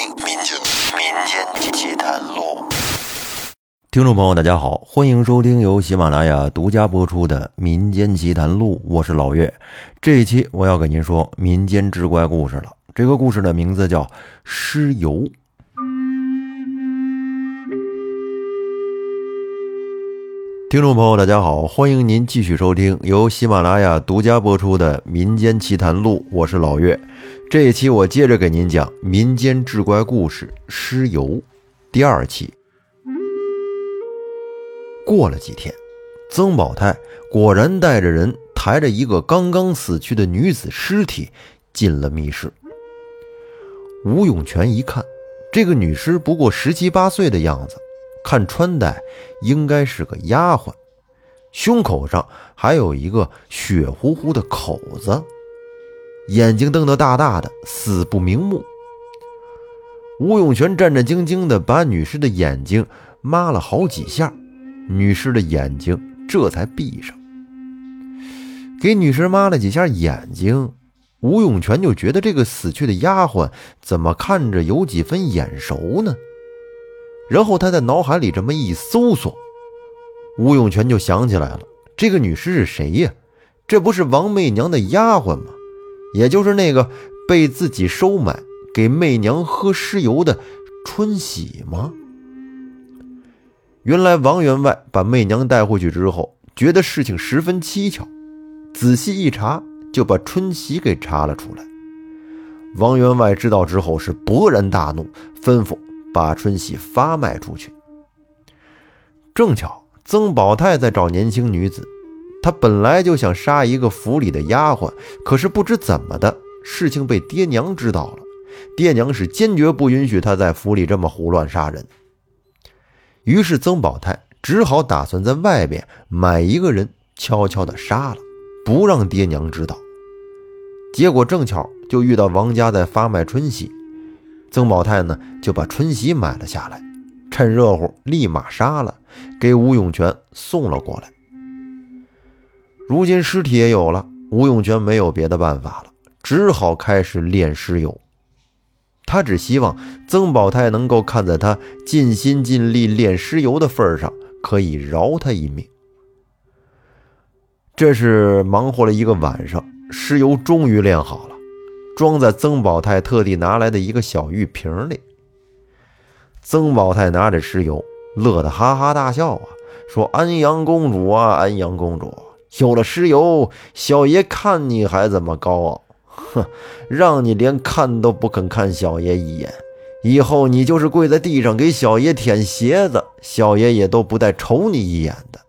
民间奇谈录。 听众朋友大家好，欢迎收听由喜马拉雅独家播出的民间奇谈录，我是老岳。这一期我要给您说民间志怪故事了，这个故事的名字叫尸油。听众朋友大家好，欢迎您继续收听由喜马拉雅独家播出的民间奇谈录，我是老岳。这一期我接着给您讲民间志怪故事尸油第二期。过了几天，曾宝泰果然带着人抬着一个刚刚死去的女子尸体进了密室。吴永全一看，这个女尸不过17、18岁的样子，看穿戴应该是个丫鬟，胸口上还有一个血乎乎的口子，眼睛瞪得大大的，死不瞑目。吴永全战战兢兢地把女尸的眼睛抹了好几下，女尸的眼睛这才闭上。给女尸抹了几下眼睛，吴永全就觉得这个死去的丫鬟怎么看着有几分眼熟呢？然后他在脑海里这么一搜索，吴永全就想起来了，这个女尸是谁呀？这不是王媚娘的丫鬟吗？也就是那个被自己收买给媚娘喝尸油的春喜吗？原来王员外把媚娘带回去之后，觉得事情十分蹊跷，仔细一查就把春喜给查了出来。王员外知道之后是勃然大怒，吩咐把春喜发卖出去。正巧曾宝泰在找年轻女子，他本来就想杀一个府里的丫鬟，可是不知怎么的，事情被爹娘知道了，爹娘是坚决不允许他在府里这么胡乱杀人。于是曾宝泰只好打算在外边买一个人悄悄地杀了，不让爹娘知道。结果正巧就遇到王家在发卖春喜，曾宝泰呢就把春喜买了下来，趁热乎立马杀了，给吴永全送了过来。如今尸体也有了，吴永全没有别的办法了，只好开始炼尸油。他只希望曾宝泰能够看在他尽心尽力炼尸油的份上，可以饶他一命。这是忙活了一个晚上，尸油终于炼好了，装在曾宝泰特地拿来的一个小玉瓶里。曾宝泰拿着尸油乐得哈哈大笑啊，说：安阳公主啊，安阳公主，有了尸油，小爷看你还怎么高傲？哼，让你连看都不肯看小爷一眼，以后你就是跪在地上给小爷舔鞋子，小爷也都不带瞅你一眼的。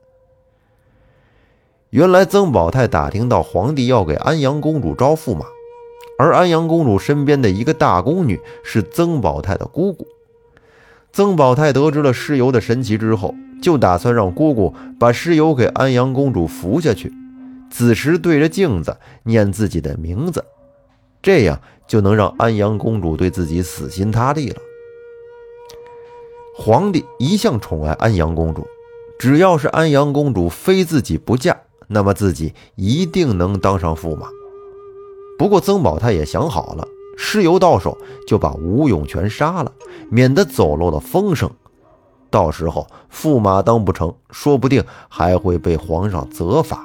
原来曾宝泰打听到皇帝要给安阳公主招驸马，而安阳公主身边的一个大宫女是曾宝泰的姑姑。曾宝泰得知了尸油的神奇之后，就打算让姑姑把尸油给安阳公主服下去，此时对着镜子念自己的名字，这样就能让安阳公主对自己死心塌地了。皇帝一向宠爱安阳公主，只要是安阳公主非自己不嫁，那么自己一定能当上驸马。不过曾宝泰也想好了，尸油到手就把吴永全杀了，免得走漏了风声，到时候驸马当不成，说不定还会被皇上责罚。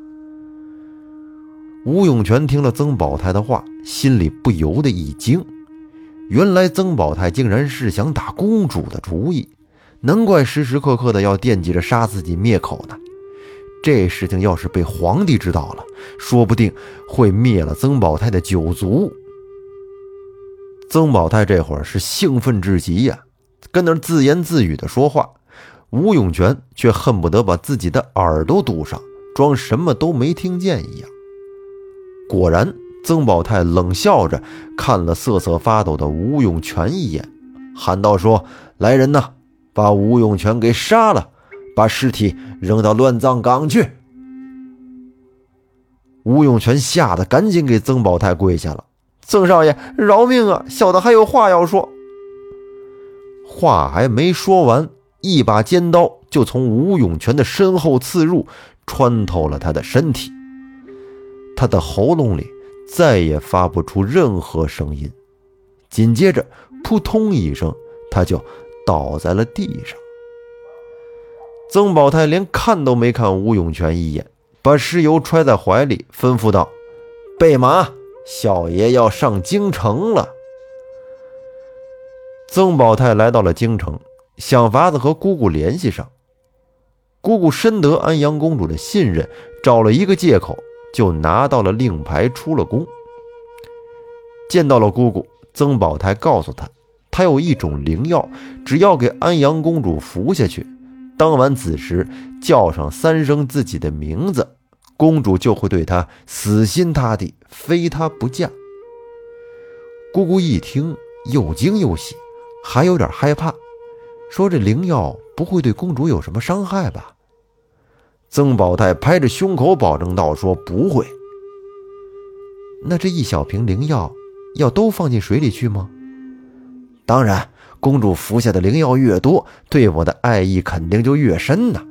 吴永全听了曾宝泰的话，心里不由得一惊，原来曾宝泰竟然是想打公主的主意，难怪时时刻刻的要惦记着杀自己灭口呢。这事情要是被皇帝知道了，说不定会灭了曾宝泰的九族。曾宝泰这会儿是兴奋至极呀，跟那自言自语的说话，吴永全却恨不得把自己的耳朵堵上，装什么都没听见一样。果然曾宝泰冷笑着看了瑟瑟发抖的吴永全一眼，喊道说：来人呐，把吴永全给杀了，把尸体扔到乱葬岗去。吴永全吓得赶紧给曾宝泰跪下了：曾少爷饶命啊，小的还有话要说。话还没说完，一把尖刀就从吴永全的身后刺入，穿透了他的身体。他的喉咙里再也发不出任何声音， 紧接着扑通一声，他就倒在了地上。曾宝泰连看都没看吴永全一眼，把尸油揣在怀里，吩咐道：“备马，小爷要上京城了。”曾宝泰来到了京城，想法子和姑姑联系上。姑姑深得安阳公主的信任，找了一个借口就拿到了令牌，出了宫。见到了姑姑，曾宝泰告诉她，他有一种灵药，只要给安阳公主服下去，当晚子时叫上3声自己的名字，公主就会对他死心塌地，非他不嫁。姑姑一听，又惊又喜，还有点害怕，说这灵药不会对公主有什么伤害吧？曾宝泰拍着胸口保证道，说不会。那这一小瓶灵药要都放进水里去吗？当然，公主服下的灵药越多，对我的爱意肯定就越深呢。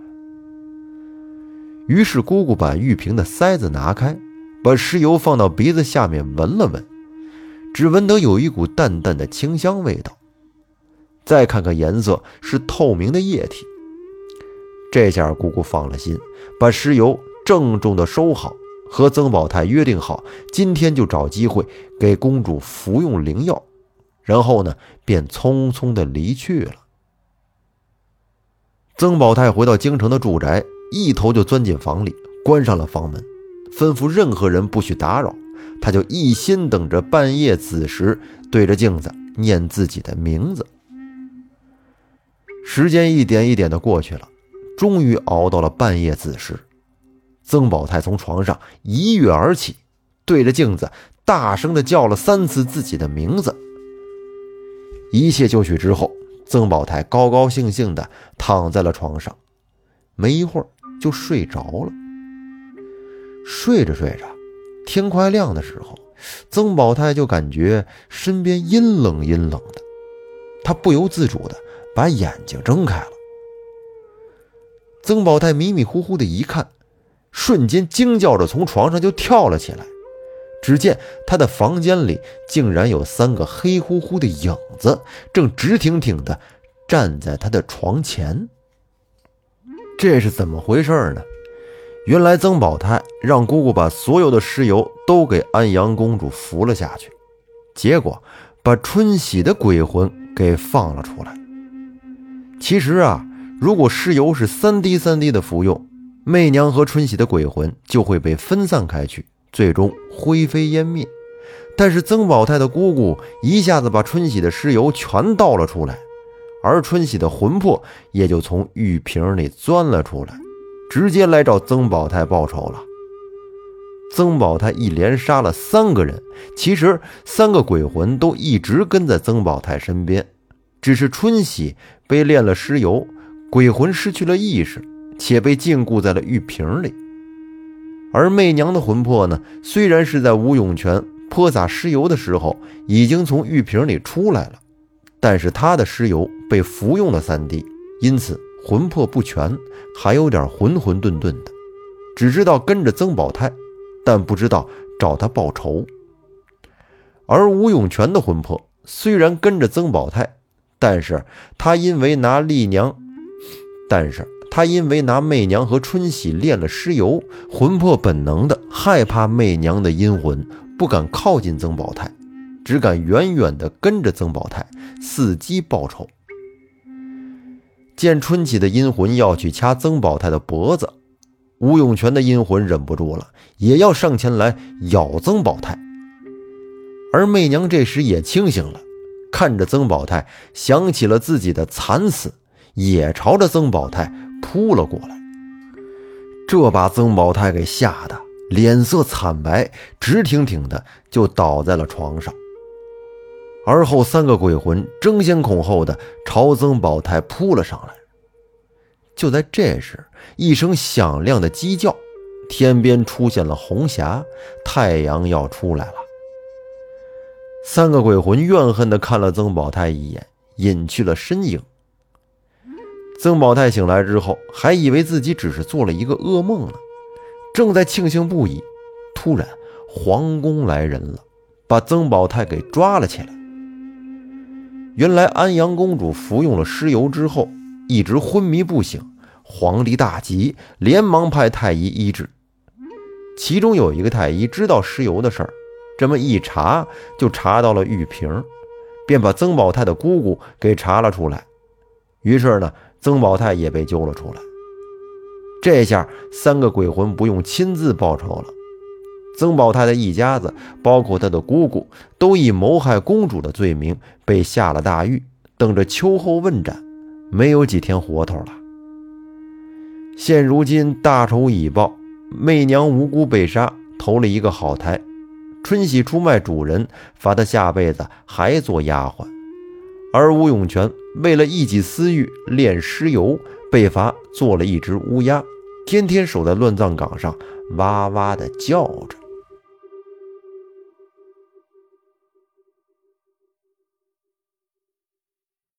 于是姑姑把玉瓶的塞子拿开，把尸油放到鼻子下面闻了闻，只闻得有一股淡淡的清香味道。再看看颜色，是透明的液体。这下姑姑放了心，把尸油郑重地收好，和曾宝泰约定好，今天就找机会给公主服用灵药，然后呢，便匆匆地离去了。曾宝泰回到京城的住宅，一头就钻进房里，关上了房门，吩咐任何人不许打扰。他就一心等着半夜子时对着镜子念自己的名字。时间一点一点的过去了，终于熬到了半夜子时，曾宝泰从床上一跃而起，对着镜子大声地叫了3次自己的名字。一切就绪之后，曾宝泰高高兴兴地躺在了床上，没一会儿就睡着了。睡着睡着，天快亮的时候，曾宝泰就感觉身边阴冷阴冷的，他不由自主地把眼睛睁开了。曾宝泰迷迷糊糊的一看，瞬间惊叫着从床上就跳了起来。只见他的房间里竟然有3个黑乎乎的影子，正直挺挺的站在他的床前。这是怎么回事呢？原来曾宝泰让姑姑把所有的尸油都给安阳公主服了下去，结果把春喜的鬼魂给放了出来。其实啊，如果尸油是3滴3滴的服用，媚娘和春喜的鬼魂就会被分散开去，最终灰飞烟灭。但是曾宝泰的姑姑一下子把春喜的尸油全倒了出来，而春喜的魂魄也就从玉瓶里钻了出来，直接来找曾宝泰报仇了。曾宝泰一连杀了3个人，其实3个鬼魂都一直跟在曾宝泰身边，只是春喜被炼了尸油，鬼魂失去了意识，且被禁锢在了玉瓶里。而媚娘的魂魄呢，虽然是在吴永全泼洒尸油的时候已经从玉瓶里出来了，但是她的尸油被服用了3滴，因此魂魄不全，还有点混混沌沌的，只知道跟着曾宝泰，但不知道找他报仇。而吴永全的魂魄虽然跟着曾宝泰，但是他因为拿媚娘和春喜炼了尸油，魂魄本能的害怕媚娘的阴魂，不敢靠近曾宝泰，只敢远远地跟着曾宝泰，伺机报仇。见春喜的阴魂要去掐曾宝泰的脖子，吴永全的阴魂忍不住了，也要上前来咬曾宝泰。而媚娘这时也清醒了，看着曾宝泰，想起了自己的惨死，也朝着曾宝泰扑了过来。这把曾宝泰给吓得脸色惨白，直挺挺的就倒在了床上。而后3个鬼魂争先恐后的朝曾宝泰扑了上来。就在这时，一声响亮的鸡叫，天边出现了红霞，太阳要出来了。3个鬼魂怨恨地看了曾宝泰一眼，隐去了身影。曾宝泰醒来之后，还以为自己只是做了一个噩梦呢，正在庆幸不已，突然皇宫来人了，把曾宝泰给抓了起来。 原来安阳公主服用了尸油之后，一直昏迷不醒，皇帝大急，连忙派太医医治。其中有一个太医知道尸油的事儿，这么一查就查到了玉瓶，便把曾宝泰的姑姑给查了出来。于是呢，曾宝泰也被揪了出来。这下3个鬼魂不用亲自报仇了，曾宝泰的一家子，包括他的姑姑，都以谋害公主的罪名被下了大狱，等着秋后问斩，没有几天活头了。现如今大仇已报，媚娘无辜被杀，投了一个好胎。春喜出卖主人，罚他下辈子还做丫鬟。而吴永全为了一己私欲炼尸油，被罚做了一只乌鸦，天天守在乱葬岗上，哇哇地叫着。